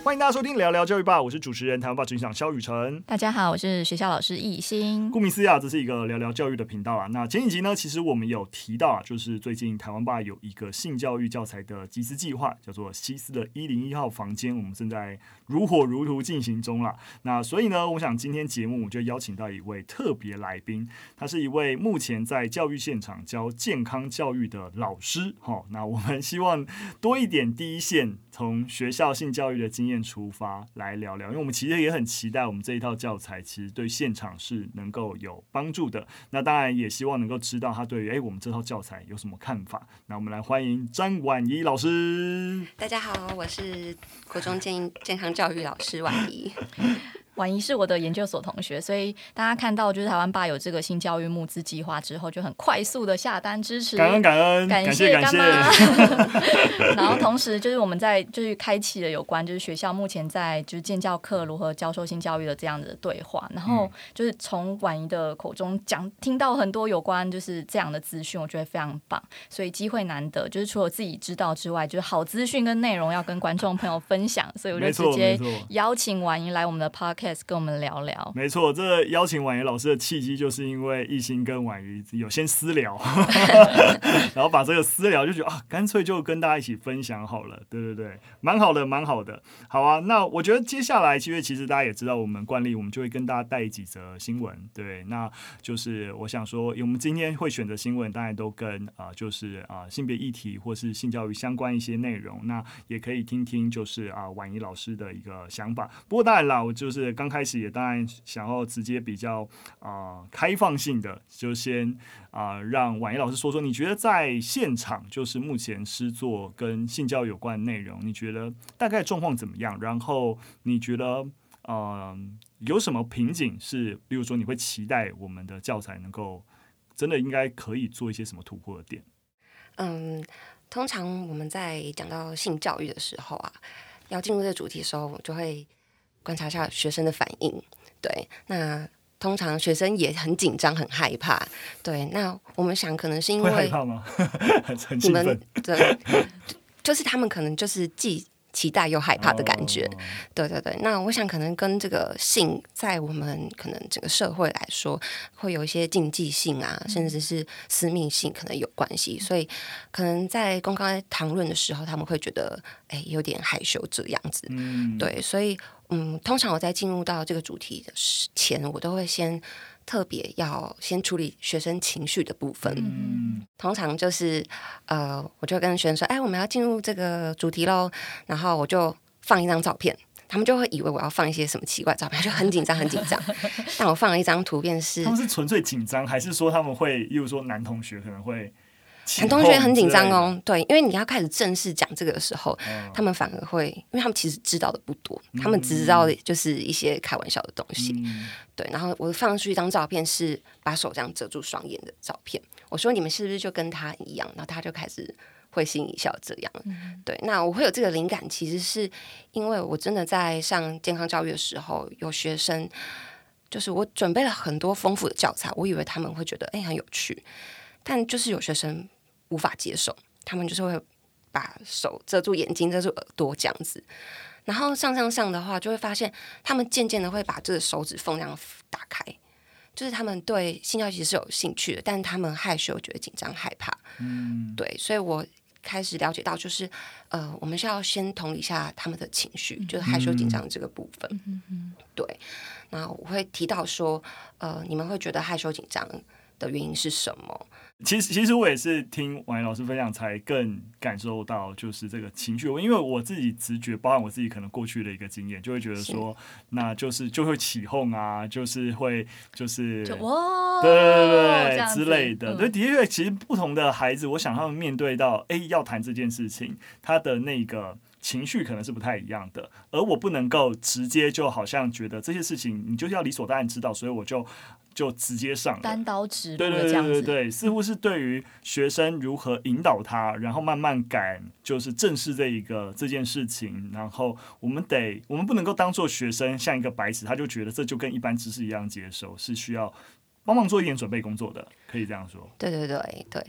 欢迎大家收听聊聊教育吧，我是主持人台湾吧执行长萧雨辰。 大家好，我是学校老师易欣。 顾名思义这是一个聊聊教育的频道啊。那前几集呢，其实我们有提到啊，就是最近台湾吧有一个性教育教材的集思计划，叫做西斯的101号房间，我们正在如火如荼进行中啦。那所以呢，我想今天节目我就邀请到一位特别来宾，他是一位目前在教育现场教健康教育的老师。那我们希望多一点第一线从学校性教育的经验出发来聊聊，因为我们其实也很期待我们这一套教材其实对现场是能够有帮助的。那当然也希望能够知道他对于我们这套教材有什么看法。那我们来欢迎詹婉仪老师。 大家好，我是国中健康教育老师婉仪。 婉仪是我的研究所同学，所以大家看到就是台湾吧有这个性教育募资计划之后，就很快速的下单支持， 感恩， 感谢干妈。然后同时就是我们在就是开启了有关就是学校目前在就是建教课如何教授性教育的这样的对话，然后就是从婉仪的口中听到很多有关就是这样的资讯，我觉得非常棒。所以机会难得，就是除了自己知道之外，就是好资讯跟内容要跟观众朋友分享，所以我就直接邀请婉仪来我们的 podcast。跟我们聊聊。 没错，这邀请婉仪老师的契机就是因为易欣跟婉仪有先私聊然后把这个私聊就觉得干脆就跟大家一起分享好了。对，蛮好的。好啊，那我觉得接下来其实大家也知道我们惯例，我们就会跟大家带几则新闻。对，那就是我想说我们今天会选择新闻当然都跟性别议题或是性教育相关一些内容，那也可以听听就是婉仪老师的一个想法。不过当然啦，我就是刚开始也当然想要直接比较开放性的，就先让婉仪老师说说，你觉得在现场就是目前施作跟性教育有关的内容，你觉得大概状况怎么样？然后你觉得有什么瓶颈是，例如说你会期待我们的教材能够真的应该可以做一些什么突破的点？ 通常我们在讲到性教育的时候要进入这个主题的时候，我就会观察一下学生的反应。对，那通常学生也很紧张很害怕。对，那我们想可能是因为会害怕吗？很兴奋。 对，就是他们可能就是既期待又害怕的感觉。对，那我想可能跟这个性在我们可能整个社会来说会有一些禁忌性甚至是私密性可能有关系，所以可能在公开谈论的时候他们会觉得有点害羞这样子。对，所以通常我在进入到这个主题的前，我都会先特别要先处理学生情绪的部分。通常就是我就跟学生说我们要进入这个主题咯，然后我就放一张照片，他们就会以为我要放一些什么奇怪的照片，就很紧张但我放了一张图片是， 他们是纯粹紧张，还是说他们会例如说男同学可能会男同学很紧张对，因为你要开始正式讲这个的时候，他们反而会，因为他们其实知道的不多，他们只知道的就是一些开玩笑的东西。对，然后我放出一张照片是把手这样遮住双眼的照片，我说你们是不是就跟他一样？然后他就开始会心一笑这样。对，那我会有这个灵感，其实是因为我真的在上健康教育的时候，有学生就是我准备了很多丰富的教材，我以为他们会觉得很有趣，但就是有学生无法接受，他们就是会把手遮住眼睛遮住耳朵这样子，然后上的话就会发现他们渐渐的会把这个手指缝这样打开，就是他们对性教育其实是有兴趣的，但他们害羞觉得紧张害怕。对，所以我开始了解到就是我们是要先同理一下他们的情绪，就是害羞紧张这个部分。对，那我会提到说你们会觉得害羞紧张的原因是什么？ 其实我也是听婉仪老师分享才更感受到就是这个情绪，因为我自己直觉包含我自己可能过去的一个经验，就会觉得说那就会起哄就是会就是对之类的。对，的确其实不同的孩子，我想他们面对到要谈这件事情，他的那个情绪可能是不太一样的，而我不能够直接就好像觉得这些事情你就是要理所当然知道，所以我就直接上了单刀直入的这样子。 对，似乎是对于学生如何引导他，然后慢慢就是正视这件事情，然后我们不能够当做学生像一个白纸，他就觉得这就跟一般知识一样接受，是需要帮忙做一点准备工作的，可以这样说。 对，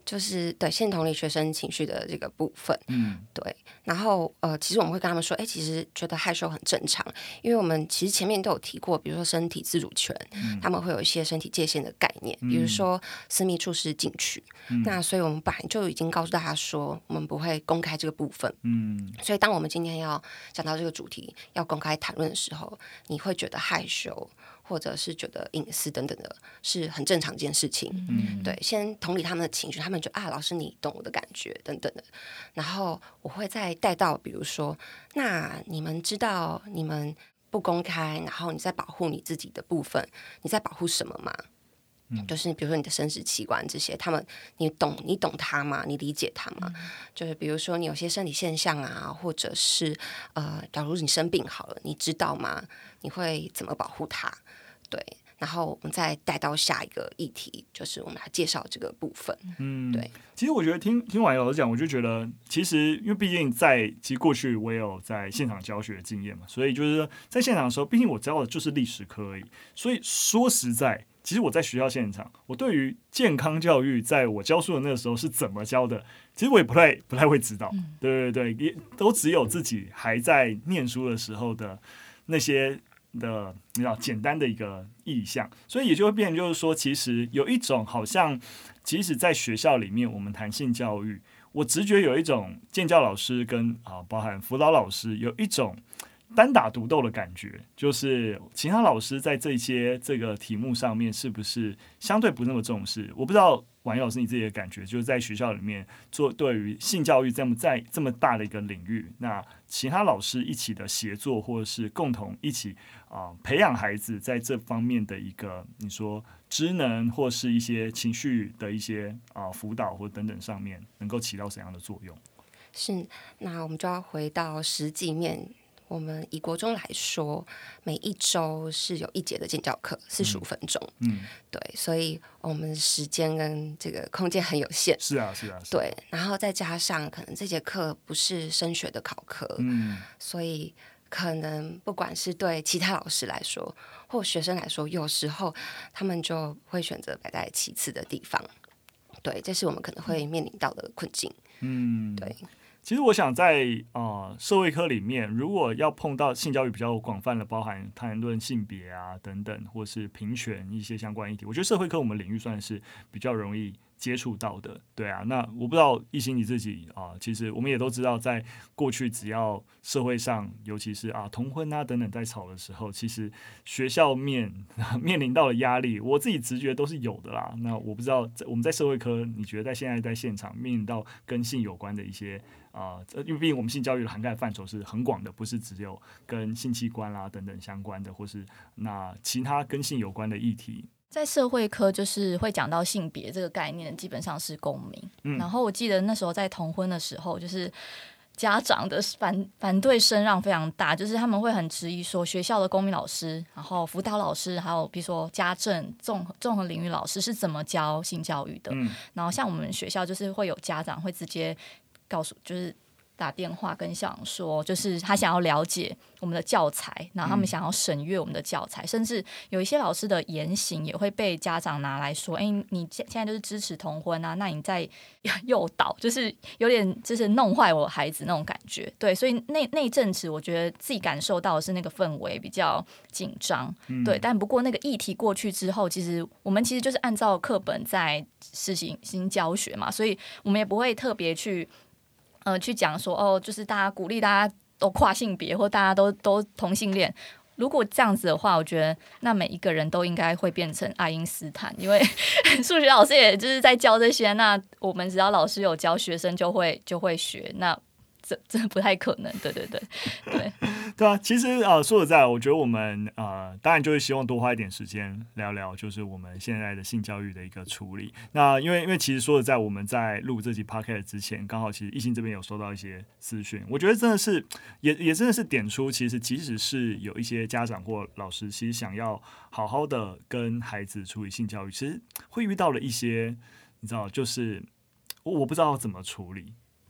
就是对先同理学生情绪的这个部分，对。然后其实我们会跟他们说，其实觉得害羞很正常，因为我们其实前面都有提过，比如说身体自主权，他们会有一些身体界限的概念，比如说私密处是禁区，那所以我们本来就已经告诉大家说，我们不会公开这个部分，所以当我们今天要讲到这个主题，要公开谈论的时候，你会觉得害羞，或者是觉得隐私等等的，是很正常一件事情。对，先同理他们的情绪，他们就老师你懂我的感觉等等的。然后我会再带到，比如说，那你们知道你们不公开，然后你在保护你自己的部分，你在保护什么吗？就是比如说你的生殖器官这些，他们你懂它吗？你理解它吗？就是比如说你有些生理现象啊，或者是假如你生病好了，你知道吗？你会怎么保护它？对，然后我们再带到下一个议题，就是我们来介绍这个部分。对。 其实我觉得听完老师讲，我就觉得其实因为毕竟其实过去我也有在现场教学的经验嘛，所以就是在现场的时候，毕竟我教的就是历史科而已，所以说实在。其实我在学校现场，我对于健康教育，在我教书的那个时候是怎么教的，其实我也不太会知道。对，也都只有自己还在念书的时候的那些的你知道简单的一个意象，所以也就会变成就是说，其实有一种好像，即使在学校里面我们谈性教育，我直觉有一种建教老师跟包含辅导老师有一种单打独斗的感觉，就是其他老师在这个题目上面是不是相对不那么重视？我不知道婉瑜老师你自己的感觉，就是在学校里面做对于性教育在这么大的一个领域，那其他老师一起的协作，或者是共同一起培养孩子在这方面的一个你说知能或是一些情绪的一些辅导或等等上面，能够起到怎样的作用？ 是，那我们就要回到实际面。我们以国中来说，每一周是有1节的健教课，45分钟。对，所以我们时间跟这个空间很有限。 是啊。 对，然后再加上可能这节课不是升学的考科，所以可能不管是对其他老师来说，或学生来说，有时候他们就会选择摆在其次的地方。对，这是我们可能会面临到的困境。对。 其实我想在社会科里面，如果要碰到性教育比较广泛的，包含谈论性别啊等等，或是平权一些相关议题，我觉得社会科我们领域算是比较容易接触到的。对啊，那我不知道奕欣你自己其实我们也都知道，在过去只要社会上，尤其是同婚啊等等在吵的时候，其实学校面临到的压力，我自己直觉都是有的啦。那我不知道我们在社会科，你觉得在现在在现场面临到跟性有关的一些因为毕竟我们性教育的涵盖范畴是很广的，不是只有跟性器官啦等等相关的，或是那其他跟性有关的议题。 在社会科就是会讲到性别这个概念，基本上是公民。然后我记得那时候在同婚的时候，就是家长的反对声浪非常大，就是他们会很质疑说学校的公民老师，然后辅导老师，还有比如说家政综合领域老师是怎么教性教育的。然后像我们学校就是会有家长会直接告诉，就是打电话跟校长说，就是他想要了解我们的教材，然后他们想要审阅我们的教材，甚至有一些老师的言行也会被家长拿来说，你现在就是支持同婚啊，那你在诱导，就是有点就是弄坏我孩子那种感觉。对，所以那阵子我觉得自己感受到的是那个氛围比较紧张。对，但不过那个议题过去之后，其实我们就是按照课本在实行教学嘛，所以我们也不会特别去讲说就是大家鼓励大家都跨性别，或大家都同性恋。如果这样子的话，我觉得那每一个人都应该会变成爱因斯坦，因为数学老师也就是在教这些，那我们只要老师有教，学生就会学，那这不太可能。对啊，其实说实在，我觉得我们当然就是希望多花一点时间聊聊，就是我们现在的性教育的一个处理。那因为其实说实在，我们在录这集 podcast 之前，刚好其实奕欣这边有收到一些私讯，我觉得真的是也真的是点出，其实即使是有一些家长或老师，其实想要好好的跟孩子处理性教育，其实会遇到了一些你知道，就是我不知道怎么处理。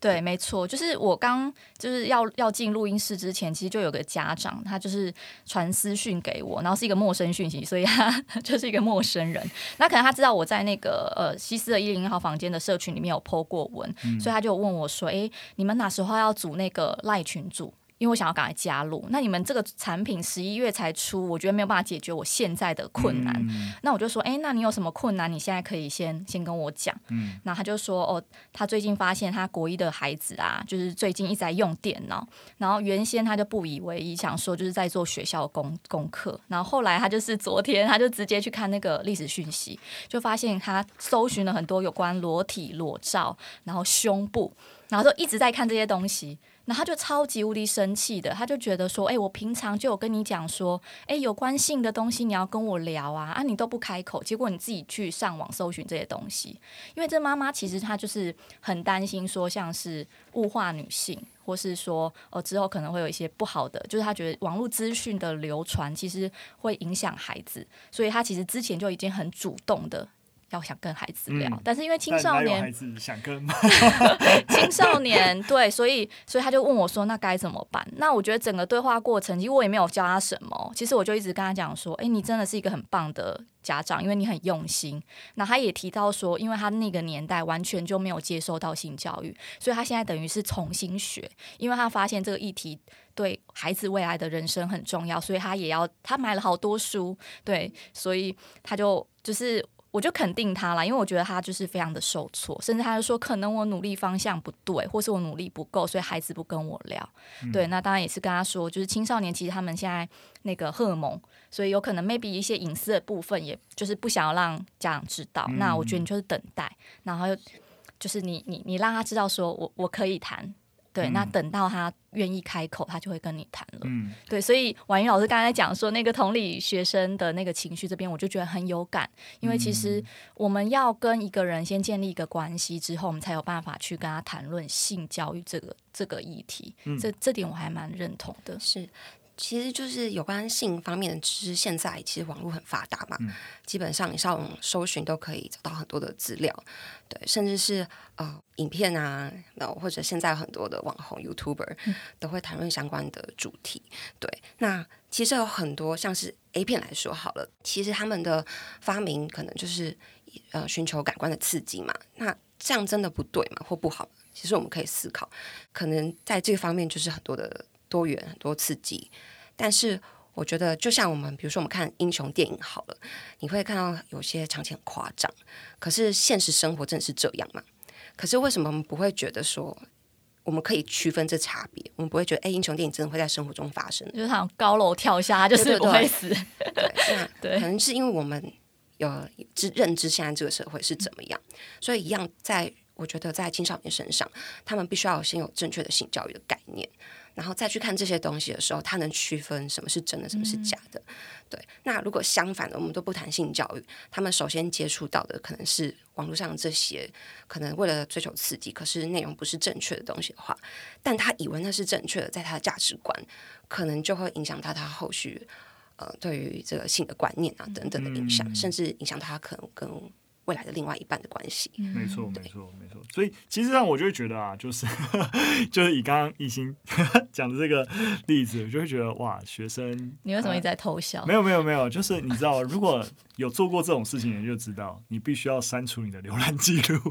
对，没错，就是我刚就是要进录音室之前，其实就有个家长，他就是传私讯给我，然后是一个陌生讯息，所以他就是一个陌生人。那可能他知道我在那个西斯的101号房间的社群里面有 po 过文，所以他就问我说：“你们哪时候要组那个赖群组？”因为我想要赶快加入，那你们这个产品11月才出，我觉得没有办法解决我现在的困难。那我就说，那你有什么困难？你现在可以先跟我讲。那他就说，他最近发现他国一的孩子啊，就是最近一直在用电脑，然后原先他就不以为意，想说就是在做学校功课，然后后来他就是昨天他就直接去看那个历史讯息，就发现他搜寻了很多有关裸体、裸照，然后胸部，然后就一直在看这些东西。然后他就超级无敌生气的，他就觉得说，我平常就有跟你讲说，有关性的东西你要跟我聊啊，你都不开口，结果你自己去上网搜寻这些东西。因为这妈妈其实她就是很担心说，像是物化女性，或是说之后可能会有一些不好的，就是她觉得网络资讯的流传其实会影响孩子，所以她其实之前就已经很主动的要想跟孩子聊，但是因为青少年， 孩子想跟青少年对，所以他就问我说，那该怎么办？那我觉得整个对话过程，其实我也没有教他什么，其实我就一直跟他讲说，你真的是一个很棒的家长，因为你很用心。那他也提到说，因为他那个年代完全就没有接受到性教育，所以他现在等于是重新学，因为他发现这个议题对孩子未来的人生很重要，所以他买了好多书，对，所以他就是我就肯定他啦，因为我觉得他就是非常的受挫，甚至他就说可能我努力方向不对，或是我努力不够，所以孩子不跟我聊。对，那当然也是跟他说，就是青少年其实他们现在那个荷尔蒙，所以有可能 maybe 一些隐私的部分，也就是不想要让家长知道。那我觉得你就是等待，然后就是你让他知道说我可以谈。对，那等到他愿意开口，他就会跟你谈了。对，所以婉瑜老师刚才讲说那个同理学生的那个情绪这边，我就觉得很有感，因为其实我们要跟一个人先建立一个关系之后，我们才有办法去跟他谈论性教育这个议题。这点我还蛮认同的。 是。其实就是有关性方面的知识，现在其实网络很发达嘛，基本上你上网搜寻都可以找到很多的资料，对，甚至是影片啊，或者现在很多的网红 YouTuber 都会谈论相关的主题，对。那其实有很多像是 A 片来说好了，其实他们的发明可能就是寻求感官的刺激嘛，那这样真的不对嘛，或不好？其实我们可以思考，可能在这个方面就是很多的多元、很多刺激。但是我觉得就像我们比如说我们看英雄电影好了，你会看到有些场景很夸张，可是现实生活真的是这样嘛？可是为什么我们不会觉得说我们可以区分这差别？我们不会觉得英雄电影真的会在生活中发生， 就是他高楼跳下就是不会死。 对，可能是因为我们有认知现在这个社会是怎么样，所以一样我觉得在青少年身上，他们必须要先有正确的性教育的概念，然后再去看这些东西的时候，他能区分什么是真的，什么是假的。对，那如果相反的，我们都不谈性教育，他们首先接触到的可能是网络上这些可能为了追求刺激，可是内容不是正确的东西的话，但他以为那是正确的，在他的价值观，可能就会影响到他后续对于这个性的观念啊等等的影响，甚至影响他可能跟未来的另外一半的关系。 没错没错没错。所以其实上我就会觉得啊，就是以刚刚艺兴讲的这个例子，我就会觉得哇，学生你为什么一直在偷笑？ 没有，就是你知道，如果有做过这种事情，你就知道你必须要删除你的浏览记录。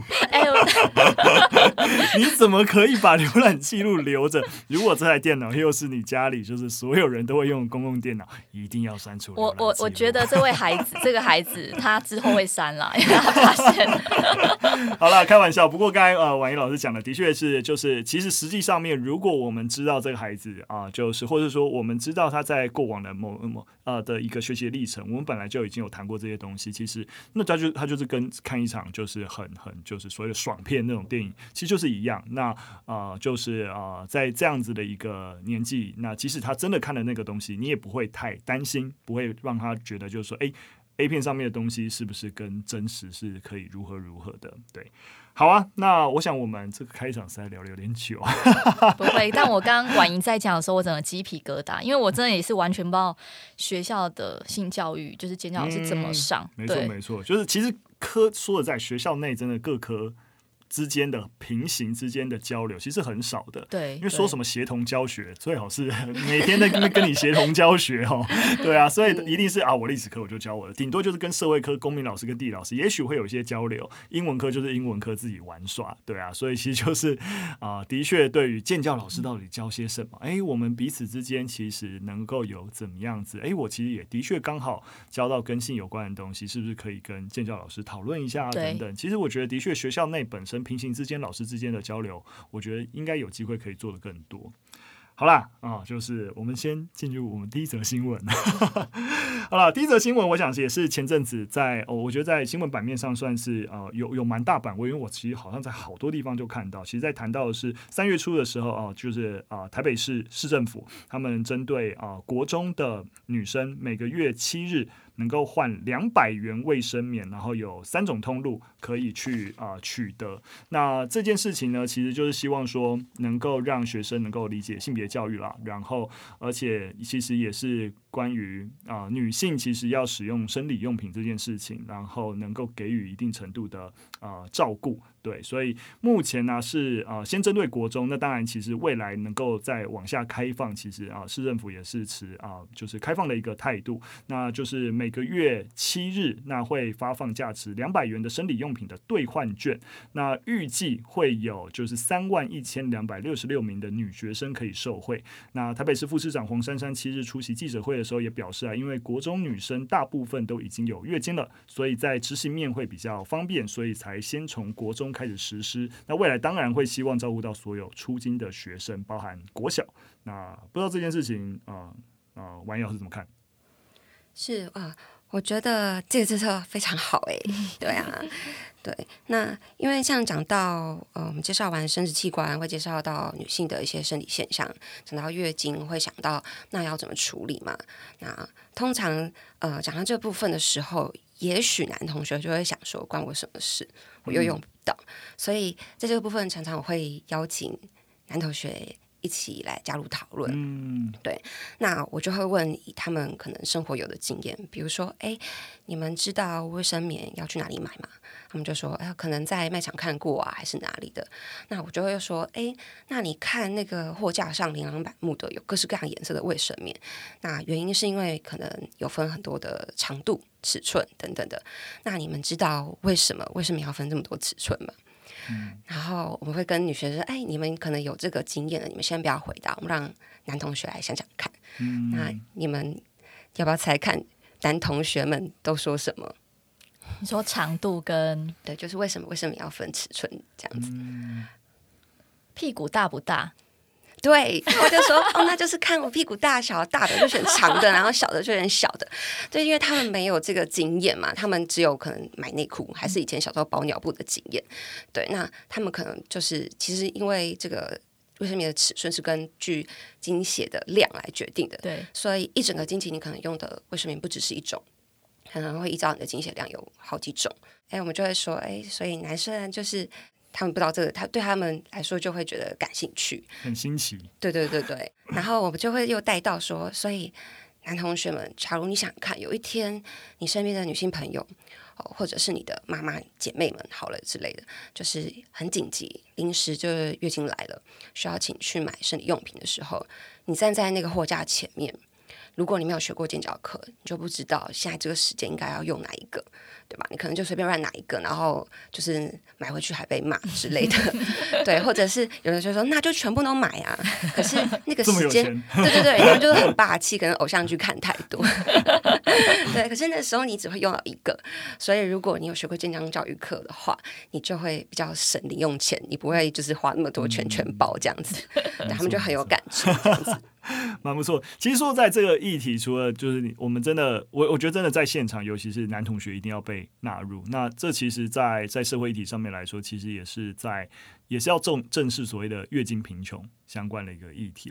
你怎么可以把浏览记录留着？如果这台电脑又是你家里就是所有人都会用的公共电脑，一定要删除浏览记录。 我觉得这个孩子他之后会删啦，因为他发现。 好啦，开玩笑。不过刚才婉仪老师讲的确是，就是其实实际上面，如果我们知道这个孩子就是或者说我们知道他在过往的的一个学习的历程，我们本来就已经有谈过这些东西。其实那他就是跟看一场就是很就是所谓的爽片那种电影，其实就是一样。那就是在这样子的一个年纪，那即使他真的看了那个东西，你也不会太担心，不会让他觉得就是说A 片上面的东西是不是跟真实是可以如何的？对，好啊。那我想我们这个开场实在聊得有点久。 不会，但我刚刚婉莹在讲的时候，我整个鸡皮疙瘩，因为我真的也是完全不知道学校的性教育就是监教是怎么上。 没错，就是其实说的在学校内真的各科之间的平行之间的交流其实很少的， 对， 因为说什么协同教学，最好是每天在跟你协同教学哦，对啊，所以一定是我历史课我就教我的，顶多就是跟社会科、公民老师跟地理老师，也许会有一些交流，英文科就是英文科自己玩耍，对啊，所以其实就是的确对于建教老师到底教些什么，我们彼此之间其实能够有怎么样子，我其实也的确刚好教到跟性有关的东西，是不是可以跟建教老师讨论一下等等，其实我觉得的确学校内本身平行之间老师之间的交流，我觉得应该有机会可以做得更多。好啦，就是我们先进入我们第一则新闻。好啦，第一则新闻我想也是前阵子在我觉得在新闻版面上算是有蛮大版位，因为我其实好像在好多地方就看到，其实在谈到的是3月初的时候就是台北市政府他们针对国中的女生每个月7日能够换200元卫生棉，然后有3种通路可以去取得。那这件事情呢，其实就是希望说能够让学生能够理解性别教育啦，然后而且其实也是关于女性其实要使用生理用品这件事情，然后能够给予一定程度的照顾。对，所以目前呢是先针对国中，那当然其实未来能够再往下开放，其实市政府也是持就是开放的一个态度，那就是每个月7日，那会发放价值200元的生理用品的兑换券，那预计会有就是31266名的女学生可以受惠。那台北市副市长黄珊珊7日出席记者会的时候也表示因为国中女生大部分都已经有月经了，所以在执行面会比较方便，所以才先从国中开始实施。那未来当然会希望照顾到所有出经的学生，包含国小。那不知道这件事情婉莹老师怎么看？ 是我觉得这个政策非常好对啊，对。那因为像讲到我们介绍完生殖器官，会介绍到女性的一些生理现象，讲到月经会想到那要怎么处理嘛。那通常讲到这部分的时候，也许男同学就会想说关我什么事，我又用不到，所以在这个部分常常我会邀请男同学一起来加入讨论。对，那我就会问以他们可能生活有的经验，比如说你们知道卫生棉要去哪里买吗？他们就说可能在卖场看过还是哪里的。那我就会说那你看那个货架上琳琅满目的有各式各样颜色的卫生棉，那原因是因为可能有分很多的长度尺寸等等的，那你们知道为什么卫生棉要分这么多尺寸吗？然后我们会跟女学生说你们可能有这个经验的，你们先不要回答，我们让男同学来想想看。那你们要不要猜看男同学们都说什么？ 你说长度跟对，就是为什么要分尺寸这样子。 屁股大不大？ 对，我就说那就是看我屁股大小，大的就选长的，然后小的就选小的。对，因为他们没有这个经验嘛，他们只有可能买内裤，还是以前小时候包尿布的经验。对，那他们可能就是其实因为这个卫生棉的尺寸是根据经血的量来决定的， 对， 所以一整个经期你可能用的卫生棉不只是一种，可能会依照你的经血量有好几种。我们就会说所以男生就是他们不知道这个，对他们来说就会觉得感兴趣， 很新奇。 对。然后我们就会又带到说，所以男同学们，假如你想看有一天你身边的女性朋友或者是你的妈妈姐妹们好了之类的，就是很紧急临时就是月经来了，需要请去买生理用品的时候，你站在那个货架前面，如果你没有学过健教课，你就不知道现在这个时间应该要用哪一个，对吧？你可能就随便乱拿一个，然后就是买回去还被骂之类的。对，或者是有人就说那就全部都买啊，可是那个时间对，他们就是很霸气，可能偶像剧看太多。对，可是那时候你只会用到一个，所以如果你有学过健康教育课的话，你就会比较省零用钱，你不会就是花那么多全包这样子。对，他们就很有感触这样子。 蛮不错。其实说在这个议题，除了就是我们真的，我觉得真的在现场，尤其是男同学一定要被纳入。那这其实在社会议题上面来说，其实也是要正视所谓的月经贫穷相关的一个议题啦。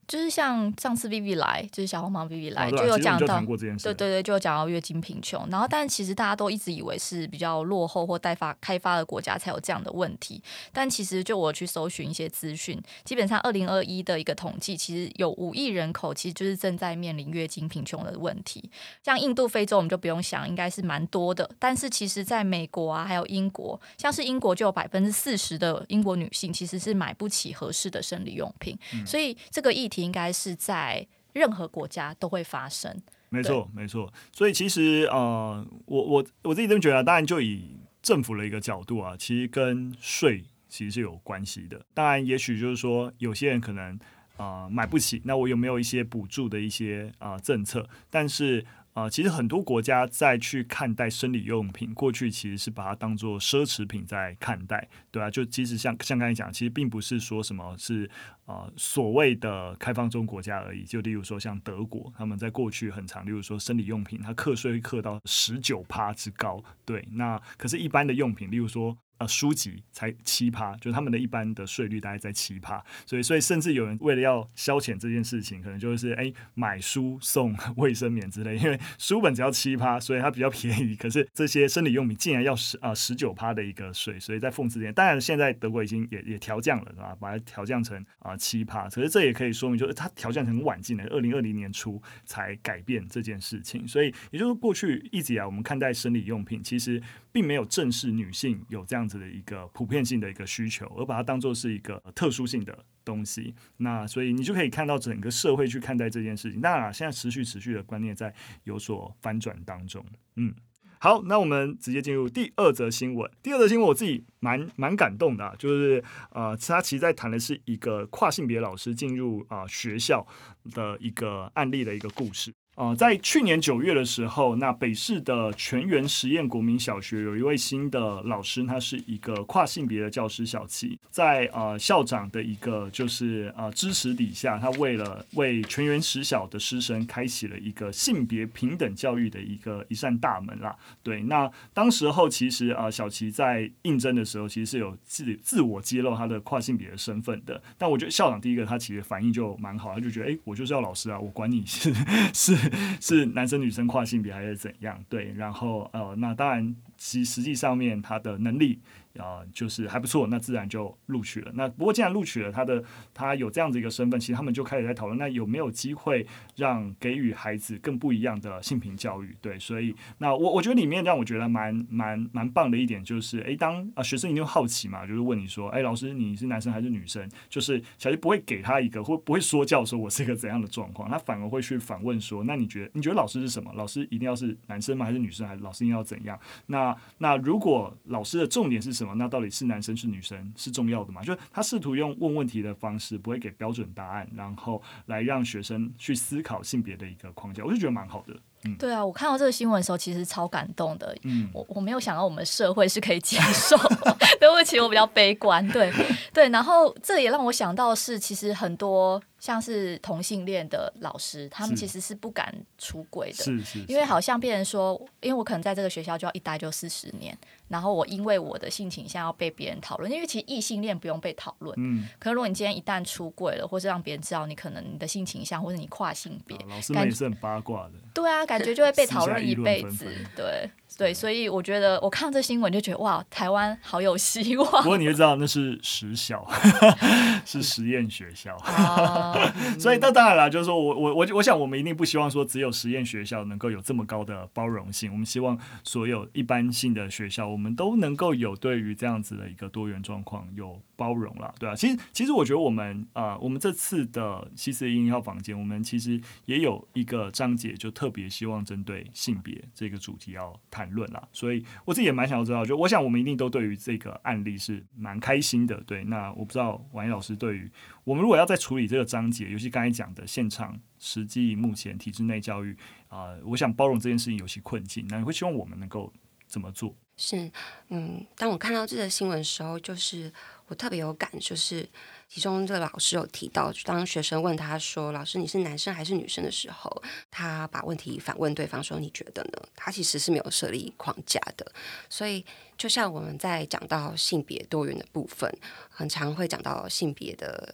就是像上次 Vivi 来，就是小红帽 Vivi 来， 就有讲到， 过这件事， 对，就有讲到月经贫穷。然后，但其实大家都一直以为是比较落后或开发的国家才有这样的问题，但其实就我去搜寻一些资讯，基本上2021的一个统计，其实有5亿人口其实就是正在面临月经贫穷的问题。像印度、非洲我们就不用想，应该是蛮多的。但是其实在美国啊，还有英国，像是英国就有40%的英国女性其实是买不起合适的生理用品，所以这个议题应该是在任何国家都会发生。 没错，没错。所以其实我自己这么觉得，当然就以政府的一个角度啊，其实跟税其实是有关系的。当然，也许就是说有些人可能买不起，那我有没有一些补助的一些政策？但是其实很多国家在去看待生理用品，过去其实是把它当作奢侈品在看待，对啊，就其实像刚才讲，其实并不是说什么是所谓的开放中国家而已。就例如说像德国，他们在过去很长，例如说生理用品，它课税会课到19%之高，对。那可是一般的用品，例如说书籍才7%，就是他们的一般的税率大概在7%，所以甚至有人为了要消遣这件事情，可能就是买书送卫生棉之类，因为书本只要7%，所以它比较便宜。可是这些生理用品竟然要19%的一个税，所以在讽刺这点。当然现在德国已经也调降了，是吧？把它调降成7%，可是这也可以说明，就是它调降成晚进来，2020年初才改变这件事情。所以也就是过去一直以来我们看待生理用品，其实并没有正视女性有这样子的一个普遍性的一个需求，而把它当作是一个特殊性的东西。那所以你就可以看到整个社会去看待这件事情。当然现在持续的观念在有所翻转当中。好，那我们直接进入第二则新闻。第二则新闻我自己蛮感动的就是他其实在谈的是一个跨性别老师进入学校的一个案例的一个故事。在去年9月的时候，那北市的全员实验国民小学有一位新的老师，他是一个跨性别的教师小齐，在校长的一个就是支持底下，他为了为全员实小的师生开启了一个性别平等教育的一扇大门啦。对，那当时候其实小齐在应征的时候，其实是有自我揭露他的跨性别的身份的。但我觉得校长第一个他其实反应就蛮好，他就觉得我就是要老师啊，我管你是男生女生跨性别还是怎样，对，然后那当然其实际上面他的能力就是还不错，那自然就录取了。那不过既然录取了他有这样子一个身份，其实他们就开始在讨论，那有没有机会让给予孩子更不一样的性平教育？对，所以那我觉得里面让我觉得蛮棒的一点就是，当学生一定会好奇嘛，就是问你说，老师你是男生还是女生？就是小孩不会给他一个，或不会说教说我是一个怎样的状况，他反而会去反问说，那你觉得老师是什么？老师一定要是男生吗？还是女生？还是老师一定要怎样？那如果老师的重点是什么？那到底是男生是女生是重要的吗？就是他试图用问问题的方式，不会给标准答案，然后来让学生去思考性别的一个框架，我就觉得蛮好的。 对啊，我看到这个新闻的时候，其实超感动的。我没有想到我们社会是可以接受，对不起，我比较悲观。对，然后这也让我想到是，其实很多像是同性恋的老师，他们其实是不敢出柜的， 是因为好像别人说，因为我可能在这个学校就要一待就40年，然后我因为我的性倾向要被别人讨论，因为其实异性恋不用被讨论，可是如果你今天一旦出柜了，或是让别人知道你可能你的性倾向，或者你跨性别， 老师们也是很八卦的， 对啊，感觉就会被讨论一辈子，对，所以我觉得我看到这新闻就觉得哇，台湾好有希望。 不过你会知道那是实小，是实验学校，所以当然啦，就是说我想我们一定不希望说只有实验学校能够有这么高的包容性，我们希望所有一般性的学校，我们都能够有对于这样子的一个多元状况有包容啦，对啊。其实我觉得我们这次的741号房间，我们其实也有一个章节，就特别希望针对性别这个主题要谈论啦，所以我自己也蛮想要知道，就我想我们一定都对于这个案例是蛮开心的，对。那我不知道婉仪老师对于我们如果要再处理这个章节，尤其刚才讲的现场实际目前体制内教育我想包容这件事情有其困境，那你会希望我们能够怎么做？ 是，当我看到这个新闻的时候，就是我特别有感，就是其中这个老师有提到，当学生问他说：“老师，你是男生还是女生？”的时候，他把问题反问对方说：“你觉得呢？”他其实是没有设立框架的，所以就像我们在讲到性别多元的部分，很常会讲到性别的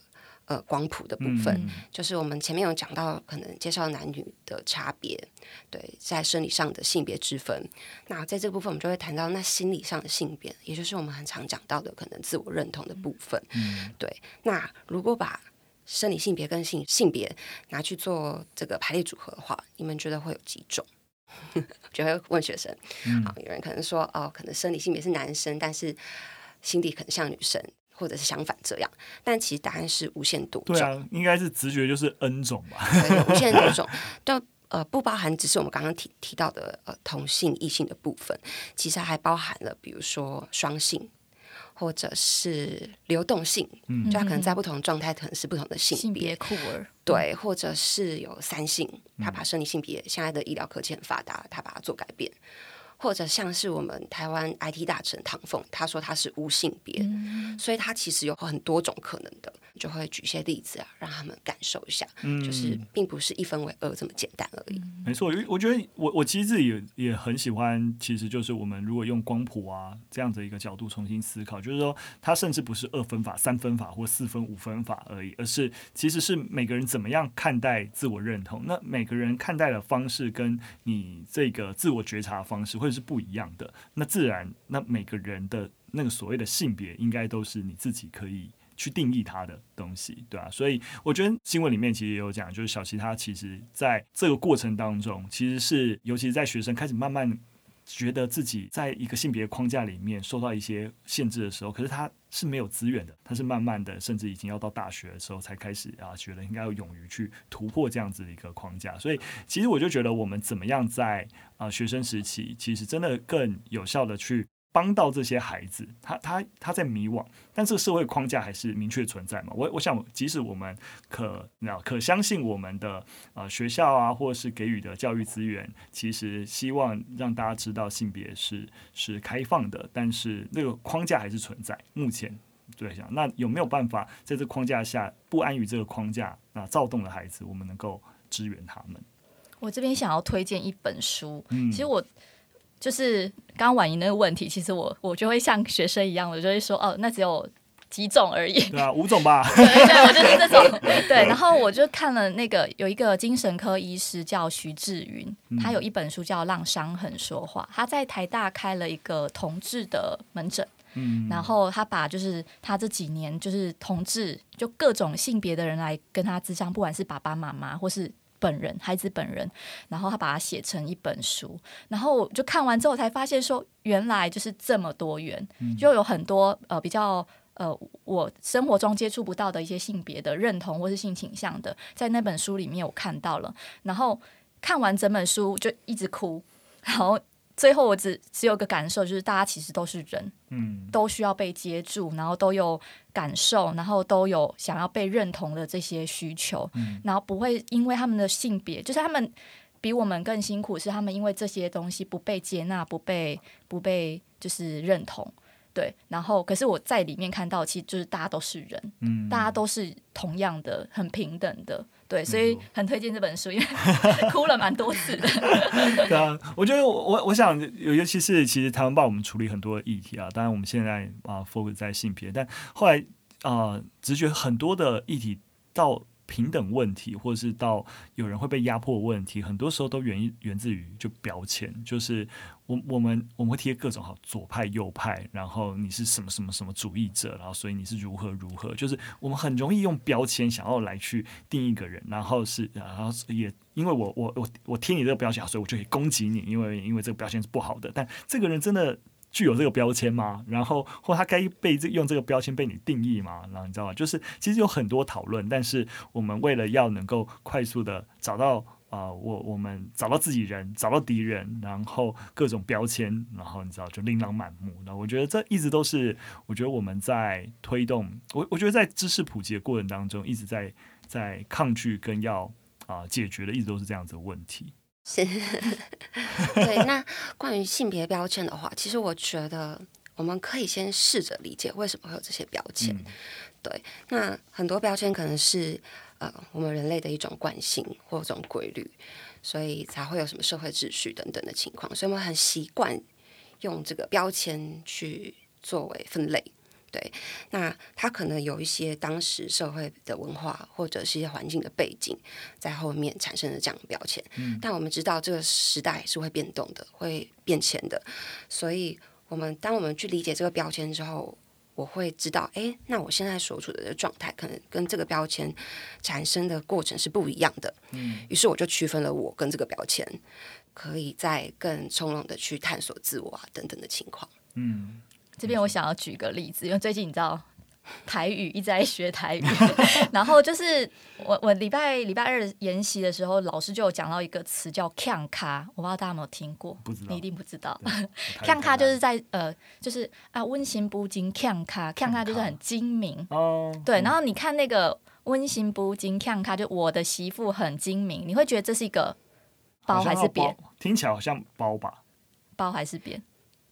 光谱的部分，就是我们前面有讲到，可能介绍男女的差别，对，在生理上的性别之分。那在这个部分，我们就会谈到那心理上的性别，也就是我们很常讲到的可能自我认同的部分。对，那如果把生理性别跟性别拿去做这个排列组合的话，你们觉得会有几种？就会问学生，好，有人可能说可能生理性别是男生，但是心理可能像女生。或者是相反这样，但其实答案是无限多种。 对啊，应该是直觉就是 N 种吧。 对，无限多种。但不包含只是我们刚刚提到的同性异性的部分，其实还包含了比如说双性，或者是流动性，就它可能在不同的状态，可能是不同的性别酷儿。 对，或者是有三性，他把生理性别，现在的医疗科技很发达，他把它做改变。或者像是我们台湾 IT 大臣唐凤，他说他是无性别，所以他其实有很多种可能的，就会举一些例子啊，让他们感受一下，就是并不是1分为2这么简单而已。 没错，我觉得我其实自己也很喜欢，其实就是我们如果用光谱啊这样的一个角度重新思考，就是说它甚至不是2分法、3分法或4分5分法而已，而是其实是每个人怎么样看待自我认同，那每个人看待的方式跟你这个自我觉察的方式会是不一样的，那自然那每个人的那个所谓的性别应该都是你自己可以去定义它的东西，对啊，所以我觉得新闻里面其实也有讲，就是小七他其实在这个过程当中，其实是尤其是在学生开始慢慢觉得自己在一个性别框架里面受到一些限制的时候，可是他是没有资源的，他是慢慢的，甚至已经要到大学的时候才开始觉得应该要勇于去突破这样子的一个框架。所以其实我就觉得我们怎么样在学生时期，其实真的更有效的去帮到这些孩子，他在迷惘，但这个社会框架还是明确存在嘛。我想，即使我们可相信我们的学校啊，或者是给予的教育资源，其实希望让大家知道性别是开放的，但是那个框架还是存在。目前对想，那有没有办法在这个框架下不安于这个框架，躁动的孩子，我们能够支援他们？ 我这边想要推荐一本书，其实我。就是刚刚婉莹那个问题，其实我就会像学生一样，我就会说那只有几种而已。 对啊，5种吧。 对，我就是这种。对，然后我就看了那个有一个精神科医师叫徐志云，他有一本书叫《让伤痕说话》，他在台大开了一个同志的门诊。然后他把就是他这几年就是同志就各种性别的人来跟他咨商，不管是爸爸妈妈或是本人孩子本人，然后他把它写成一本书，然后就看完之后才发现说原来就是这么多元，就有很多比较我生活中接触不到的一些性别的认同或是性倾向的，在那本书里面我看到了，然后看完整本书就一直哭，然后最后我只有个感受，就是大家其实都是人，都需要被接住，然后都有感受，然后都有想要被认同的这些需求，然后不会因为他们的性别，就是他们比我们更辛苦，是他们因为这些东西不被接纳，不被就是认同。对，然后可是我在里面看到，其实就是大家都是人，大家都是同样的，很平等的，对，所以很推荐这本书，因为哭了蛮多次的。 对啊，我觉得我想，尤其是其实台湾报我们处理很多的议题啊，当然我们现在focus 在性别，但后来直觉很多的议题到平等问题，或者是到有人会被压迫的问题，很多时候都源自于就标签，就是我们会贴各种左派右派，然后你是什么什么什么主义者，然后所以你是如何，就是我们很容易用标签想要来去定义一个人，然后也因为我贴你这个标签，所以我就可以攻击你，因为这个标签是不好的，但这个人真的具有这个标签吗？然后或他该被用这个标签被你定义吗？然后你知道吗？就是其实有很多讨论，但是我们为了要能够快速的找到我们找到自己人，找到敌人，然后各种标签，然后你知道就琳琅满目。然后我觉得这一直都是，我觉得我们在推动，我觉得在知识普及的过程当中，一直在抗拒跟要解决的，一直都是这样子的问题。 是，对。那关于性别标签的话，其实我觉得我们可以先试着理解为什么会有这些标签。对，那很多标签可能是我们人类的一种惯性或一种规律，所以才会有什么社会秩序等等的情况，所以我们很习惯用这个标签去作为分类。 对，那它可能有一些当时社会的文化或者是一些环境的背景在后面产生的这样的标签。但我们知道这个时代是会变动的，会变迁的，所以当我们去理解这个标签之后，我会知道，那我现在所处的状态可能跟这个标签产生的过程是不一样的。于是我就区分了我跟这个标签，可以再更从容的去探索自我等等的情况。 这边我想要举个例子，因为最近你知道台语一直在学台语，然后就是我礼拜二研习的时候，老师就有讲到一个词叫呛咖，我不知道大家有没有听过？ 不知道， 你一定不知道。呛咖就是就是温馨不精呛咖，呛咖就是很精明哦。对，然后你看那个温馨不精呛咖，就我的媳妇很精明，你会觉得这是一个褒还是贬？ 听起来好像褒吧？ 褒还是贬？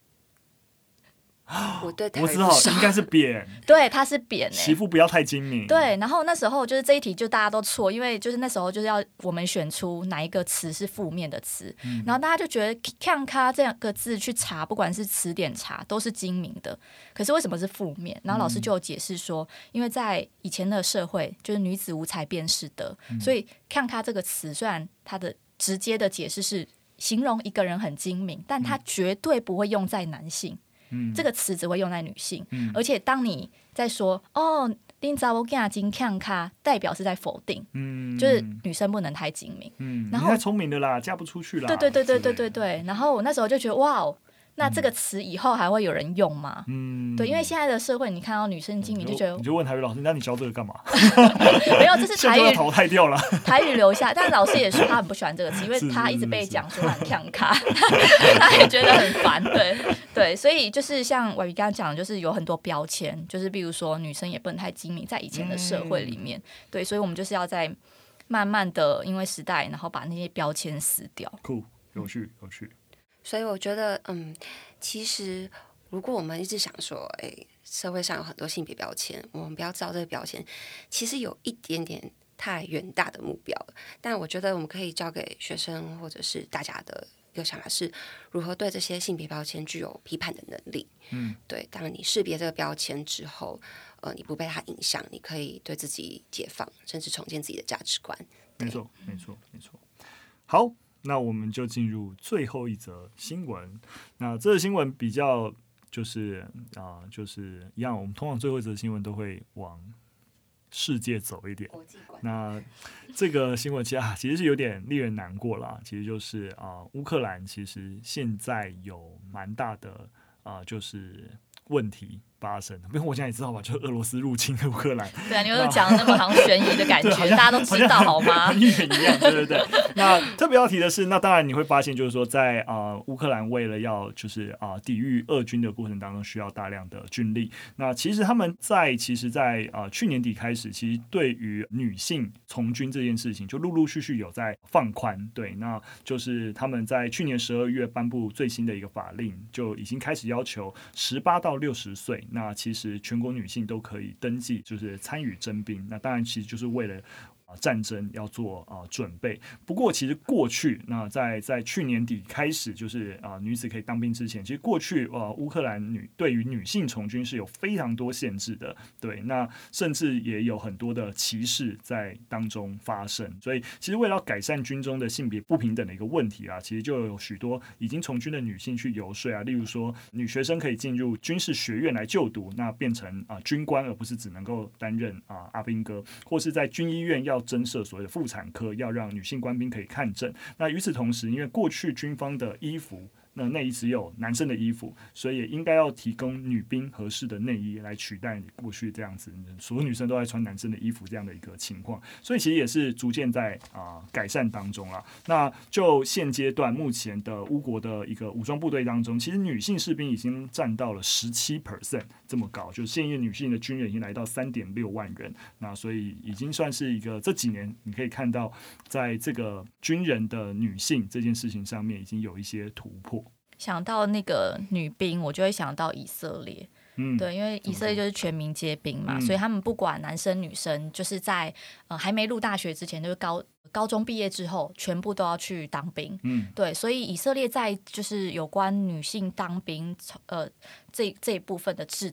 我知道应该是贬， 对，他是贬媳妇不要太精明。 对，然后那时候就是这一题就大家都错，因为就是那时候就是要我们选出哪一个词是负面的词，然后大家就觉得看咖这个字去查，不管是词典查都是精明的，可是为什么是负面？然后老师就有解释说，因为在以前的社会就是女子无才便是德，所以看咖这个词虽然它的直接的解释是形容一个人很精明，但它绝对不会用在男性。这个词只会用在女性，而且当你在说恁查某囝真强咖，代表是在否定，就是女生不能太精明， 然后你太聪明的啦，嫁不出去啦。 对。然后我那时候就觉得哇那这个词以后还会有人用吗？对，因为现在的社会，你看到女生精明就觉得， 你就问台语老师，那你教这个干嘛？ 没有，这是台语淘汰掉了， 台语留下。但老师也说他很不喜欢这个词，因为他一直被讲说他很强咖，他也觉得很烦。对，所以就是像婉瑜刚刚讲的，就是有很多标签，就是比如说女生也不能太精明，在以前的社会里面，对，所以我们就是要在慢慢的因为时代，然后把那些标签撕掉。 酷，有趣。 所以我觉得，其实如果我们一直想说，社会上有很多性别标签，我们不要知道这个标签，其实有一点点太远大的目标了。但我觉得我们可以交给学生或者是大家的一个想法是，如何对这些性别标签具有批判的能力。对，当你识别这个标签之后，你不被它影响，你可以对自己解放，甚至重建自己的价值观。 没错。好。那我们就进入最后一则新闻。那这个新闻比较就是一样，我们通常最后一则新闻都会往世界走一点。那这个新闻其实是有点令人难过啦。其实就是乌克兰其实现在有蛮大的就是问题发生，因为我现在也知道吧，就是俄罗斯入侵乌克兰。 对啊，你有讲那么好像悬疑的感觉，大家都知道好吗？ 很远一样，对。那特别要提的是，那当然你会发现，就是说在乌克兰为了要就是抵御俄军的过程当中，需要大量的军力。那其实他们在去年底开始，其实对于女性从军这件事情，就陆陆续续有在放宽。对，那就是他们在去年12月颁布最新的一个法令，就已经开始要求18到60岁。那其实全国女性都可以登记，就是参与征兵。那当然，其实就是为了战争要做准备。不过，其实过去那在去年底开始，就是女子可以当兵之前，其实过去乌克兰对于女性从军是有非常多限制的。对，那甚至也有很多的歧视在当中发生。所以，其实为了要改善军中的性别不平等的一个问题其实就有许多已经从军的女性去游说例如说女学生可以进入军事学院来就读，那变成军官，而不是只能够担任阿兵哥，或是在军医院要增设所谓的妇产科，要让女性官兵可以看诊。那与此同时，因为过去军方的衣服那内衣只有男生的衣服，所以也应该要提供女兵合适的内衣来取代过去这样子所有女生都在穿男生的衣服这样的一个情况。所以其实也是逐渐在改善当中啦。那就现阶段目前的乌国的一个武装部队当中，其实女性士兵已经占到了17% 这么高，就是现役女性的军人已经来到3.6万人。那所以已经算是一个这几年你可以看到，在这个军人的女性这件事情上面已经有一些突破。 想到那个女兵，我就会想到以色列。对，因为以色列就是全民皆兵嘛，所以他们不管男生女生，就是在还没入大学之前，就是高中毕业之后，全部都要去当兵。对，所以以色列在就是有关女性当兵这一部分的制度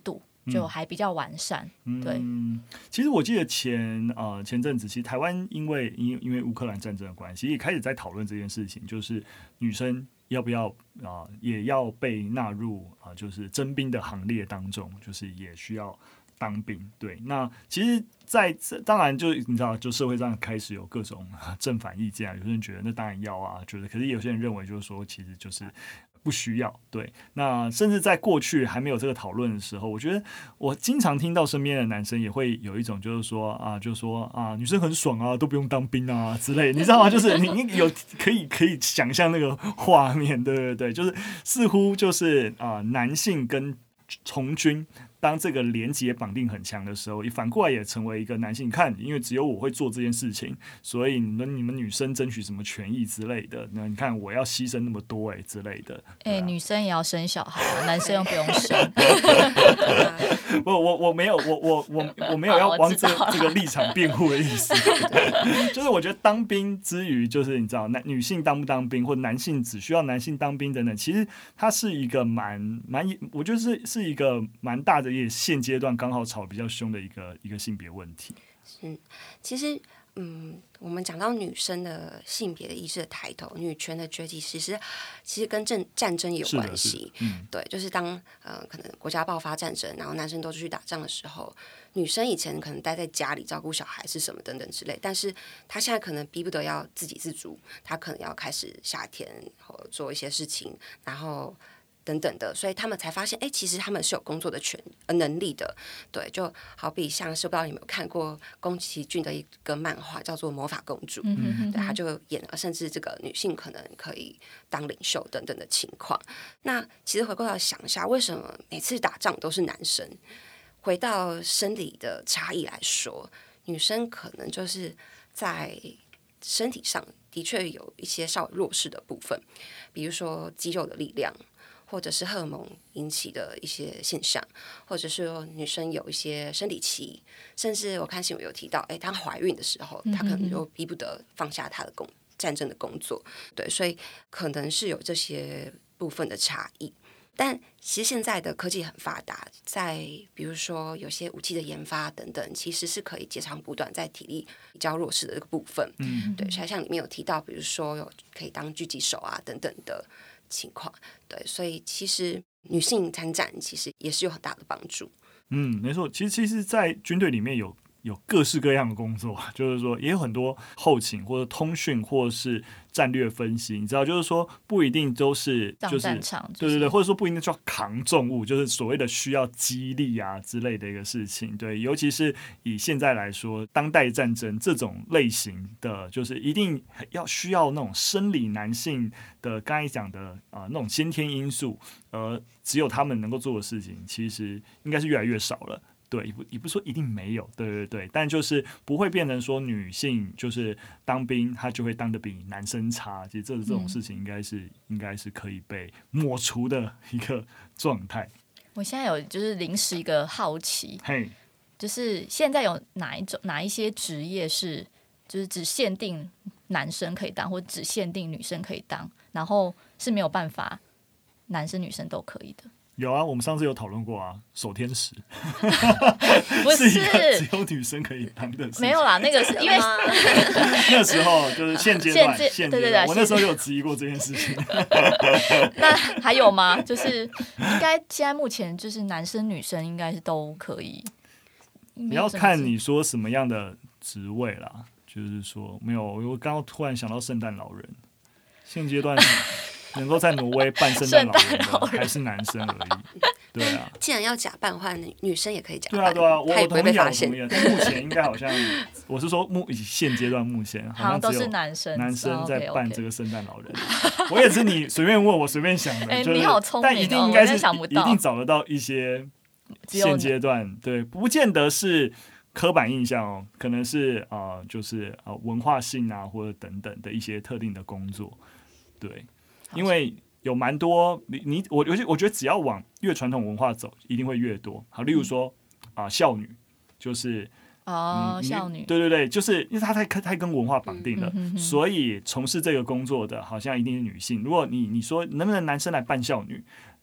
就还比较完善。对， 其实我记得前阵子，其实台湾因为乌克兰战争的关系，也开始在讨论这件事情，就是女生要不要也要被纳入就是征兵的行列当中，就是也需要当兵。对，那其实当然就你知道，就社会上开始有各种正反意见，有些人觉得那当然要啊，觉得可是有些人认为就是说，其实就是不需要。对，那甚至在过去还没有这个讨论的时候，我觉得我经常听到身边的男生也会有一种就是说女生很爽啊，都不用当兵啊之类的，你知道吗？就是你有可以想象那个画面，对对对，就是似乎就是男性跟从军，当这个连结绑定很强的时候，反过来也成为一个男性。看，因为只有我会做这件事情，所以你们女生争取什么权益之类的，那你看我要牺牲那么多之类的。 女生也要生小孩啊，男生又不用生。 我没有要往这个立场辩护的意思。就是我觉得当兵之余，就是你知道女性当不当兵，或男性只需要男性当兵等等，其实它是一个我觉得是一个蛮大的，也现阶段刚好吵比较凶的一个性别问题。 其实我们讲到女生的性别的意识的抬头，女权的崛起，其实跟战争也有关系。对，就是当可能国家爆发战争，然后男生都出去打仗的时候，女生以前可能待在家里照顾小孩是什么等等之类，但是她现在可能逼不得要自给自足，她可能要开始下田或做一些事情，然后等等的，所以他们才发现，其实他们是有工作的能力的。对，就好比像是不知道你有没有看过宫崎骏的一个漫画叫做《魔法公主》，对，他就演了，甚至这个女性可能可以当领袖等等的情况。那其实回过头想一下，为什么每次打仗都是男生？回到生理的差异来说，女生可能就是在身体上的确有一些稍微弱势的部分，比如说肌肉的力量，或者是荷尔蒙引起的一些现象，或者是说女生有一些生理期，甚至我看新闻有提到，她怀孕的时候，她可能就逼不得放下她的战争的工作，对，所以可能是有这些部分的差异。但其实现在的科技很发达，在比如说有些武器的研发等等，其实是可以截长补短，在体力比较弱势的这个部分。对，像里面有提到，比如说可以当狙击手啊等等的情况。对，所以其实女性参战其实也是有很大的帮助。 没错，其实在军队里面有各式各样的工作，就是说也有很多后勤或者通讯或是战略分析，你知道，就是说不一定都是就是战场， 对对对，或者说不一定就要扛重物，就是所谓的需要激励啊之类的一个事情。对，尤其是以现在来说，当代战争这种类型的，就是一定需要那种生理男性的刚才讲的那种先天因素，只有他们能够做的事情，其实应该是越来越少了。对，也不是说一定没有，对对对，但就是不会变成说女性就是当兵，她就会当得比男生差。其实这种事情应该是可以被抹除的一个状态。 我现在有就是临时一个好奇，就是现在有哪一些职业是就是只限定男生可以当，或只限定女生可以当，然后是没有办法男生女生都可以的？ 有啊，我们上次有讨论过啊，守天使不是一个只有女生可以当的事情。 没有啦，那个是因为那时候就是现阶段， 对对对， 我那时候有质疑过这件事情。 那还有吗？就是应该现在目前就是男生女生应该是都可以。 你要看你说什么样的职位啦，就是说没有，我刚刚突然想到圣诞老人，现阶段能够在挪威扮圣诞老人的还是男生而已。对啊， 既然要假扮的话，女生也可以假扮。 对啊， 他也不会被发现。 目前应该好像，我是说现阶段目前好像都是男生在扮这个圣诞老人。我也是你随便问我随便想的， 你好聪明， 但一定应该是想不到， 一定找得到一些现阶段对，不见得是刻板印象哦，可能是就是文化性啊或者等等的一些特定的工作，对。因为有蛮多我觉得只要往越传统文化走，一定会越多。好，例如说孝女，就是孝女， 对对对，就是因为它太跟文化绑定了，所以从事这个工作的好像一定是女性。如果你说能不能男生来扮孝女，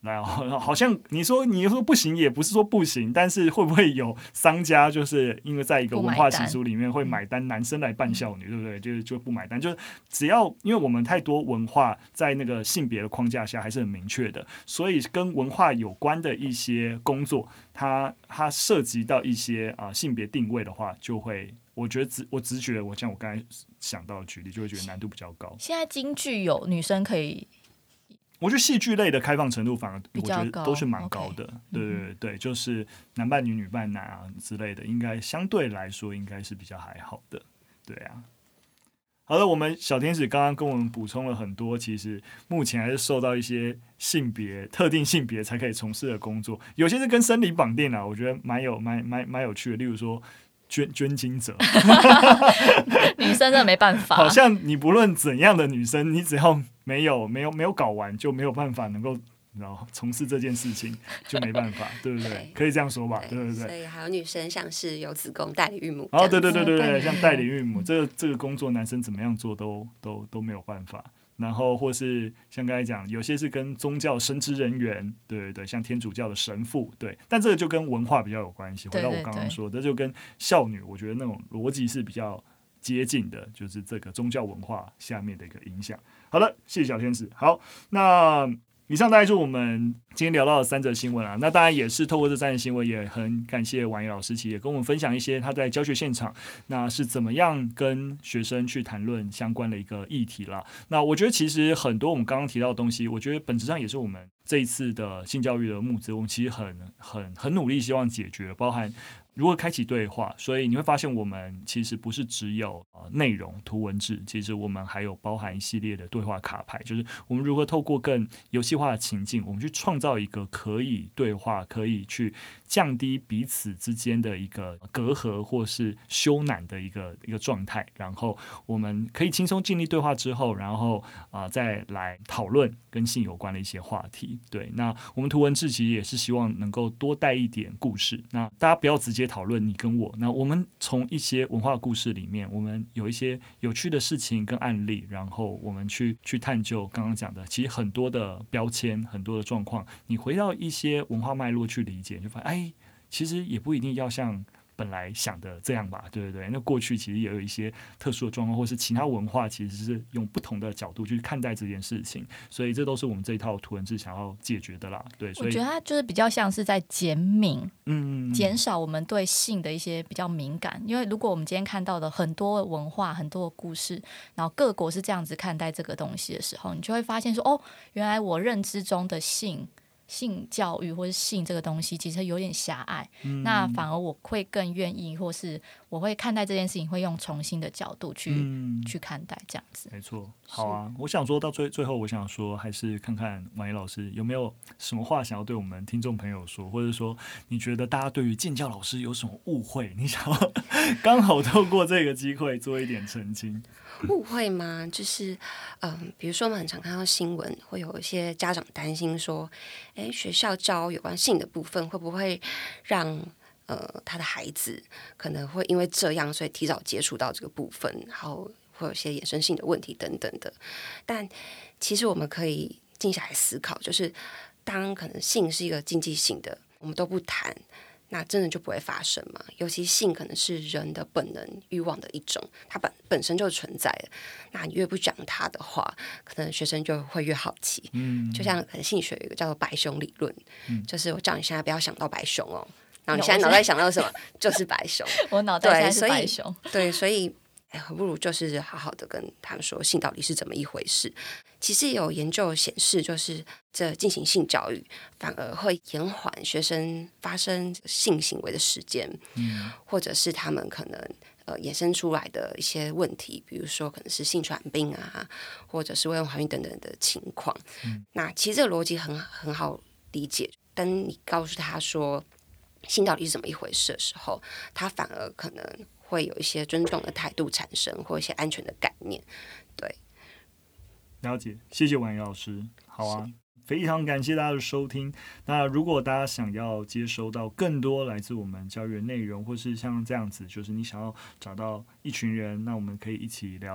来好像你说不行，也不是说不行，但是会不会有商家就是因为在一个文化习俗里面会买单男生来扮少女，对不对？就不买单，就是只要因为我们太多文化在那个性别的框架下还是很明确的，所以跟文化有关的一些工作，它涉及到一些性别定位的话，就会。我觉得我直觉，像我刚才想到的举例，就会觉得难度比较高。 现在京剧有女生可以， 我觉得戏剧类的开放程度反而我觉得都是蛮高的。对，就是男扮女、女扮男之类的，应该相对来说应该是比较还好的。对啊。好了，我们小天使刚刚跟我们补充了很多，其实目前还是受到一些特定性别才可以从事的工作，有些是跟生理绑定我觉得蛮有趣的，例如说。捐精者， 女生真的没办法。 好像你不论怎样的女生，你只要没有搞完，就没有办法能够从事这件事情，就没办法，对不对？可以这样说吧，对不对？ 所以还有女生像是有子宫代理孕母， 对，像代理孕母这个工作，男生怎么样做都没有办法。然后或是像刚才讲，有些是跟宗教神职人员，对，像天主教的神父，对，但这个就跟文化比较有关系。回到我刚刚说的，这就跟少女，我觉得那种逻辑是比较接近的，就是这个宗教文化下面的一个影响。好的，谢谢小天使。好，那以上大概就是我们今天聊到的3则新闻那当然也是透过这3则新闻，也很感谢婉仪老师，其实也跟我们分享一些他在教学现场那是怎么样跟学生去谈论相关的一个议题啦。那我觉得其实很多我们刚刚提到的东西，我觉得本质上也是我们这一次的性教育的募资，我们其实很努力希望解决，包含如何开启对话，所以你会发现我们其实不是只有内容图文字，其实我们还有包含一系列的对话卡牌，就是我们如何透过更游戏化的情境，我们去创造一个可以对话，可以去降低彼此之间的一个隔阂或是羞赧的一个状态，然后我们可以轻松建立对话之后，然后再来讨论跟性有关的一些话题。对，那我们图文字其实也是希望能够多带一点故事，那大家不要直接讨论你跟我，那我们从一些文化故事里面，我们有一些有趣的事情跟案例，然后我们去探究刚刚讲的，其实很多的标签，很多的状况，你回到一些文化脉络去理解，就发现其实也不一定要像本来想的这样吧，对不对？那过去其实也有一些特殊的状况，或是其他文化其实是用不同的角度去看待这件事情，所以这都是我们这一套图文字想要解决的啦。对，所以我觉得它就是比较像是在减敏，减少我们对性的一些比较敏感。因为如果我们今天看到的很多文化、很多的故事，然后各国是这样子看待这个东西的时候，你就会发现说，原来我认知中的性教育或是性这个东西其实有点狭隘，那反而我会更愿意，或是我会看待这件事情会用重新的角度去看待，这样子。 没错，好啊，我想说到最后，我想说还是看看婉仪老师有没有什么话想要对我们听众朋友说，或者说你觉得大家对于建教老师有什么误会，你想要刚好透过这个机会做一点澄清。 误会吗？就是比如说我们很常看到新闻，会有一些家长担心说，学校教有关性的部分会不会让他的孩子可能会因为这样，所以提早接触到这个部分，然后会有一些衍生性的问题等等的。但其实我们可以静下来思考，就是当可能性是一个禁忌性的，我们都不谈，那真的就不会发生嘛？尤其性可能是人的本能欲望的一种，它本身就存在的。那你越不讲它的话，可能学生就会越好奇。就像可能性学有一个叫做白熊理论，就是我叫你现在不要想到白熊哦，然后你现在脑袋想到什么就是白熊。 我脑袋现在是白熊。 对，所以何不如就是好好的跟他们说性到底是怎么一回事。其实有研究显示，就是这进行性教育反而会延缓学生发生性行为的时间，或者是他们可能衍生出来的一些问题，比如说可能是性传病啊，或者是未婚怀孕等等的情况。那其实这个逻辑很好理解，当你告诉他说性到底是怎么一回事的时候，他反而可能会有一些尊重的态度产生，或一些安全的概念。对， 了解，谢谢婉仪老师。好啊，非常感谢大家的收听。那如果大家想要接收到更多来自我们教育的内容，或是像这样子，就是你想要找到一群人，那我们可以一起聊聊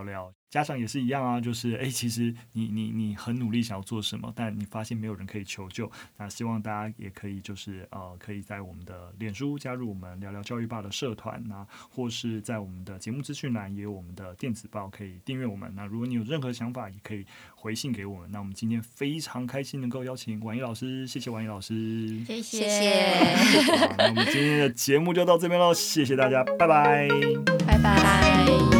家长也是一样啊，就是其实你很努力想要做什么，但你发现没有人可以求救，那希望大家也可以就是可以在我们的脸书加入我们聊聊教育吧的社团，那或是在我们的节目资讯栏也有我们的电子报可以订阅我们。那如果你有任何想法，也可以回信给我们。那我们今天非常开心能够邀请婉仪老师，谢谢婉仪老师， 谢谢。 好，那我们今天的节目就到这边喽，谢谢大家，拜拜， 拜拜。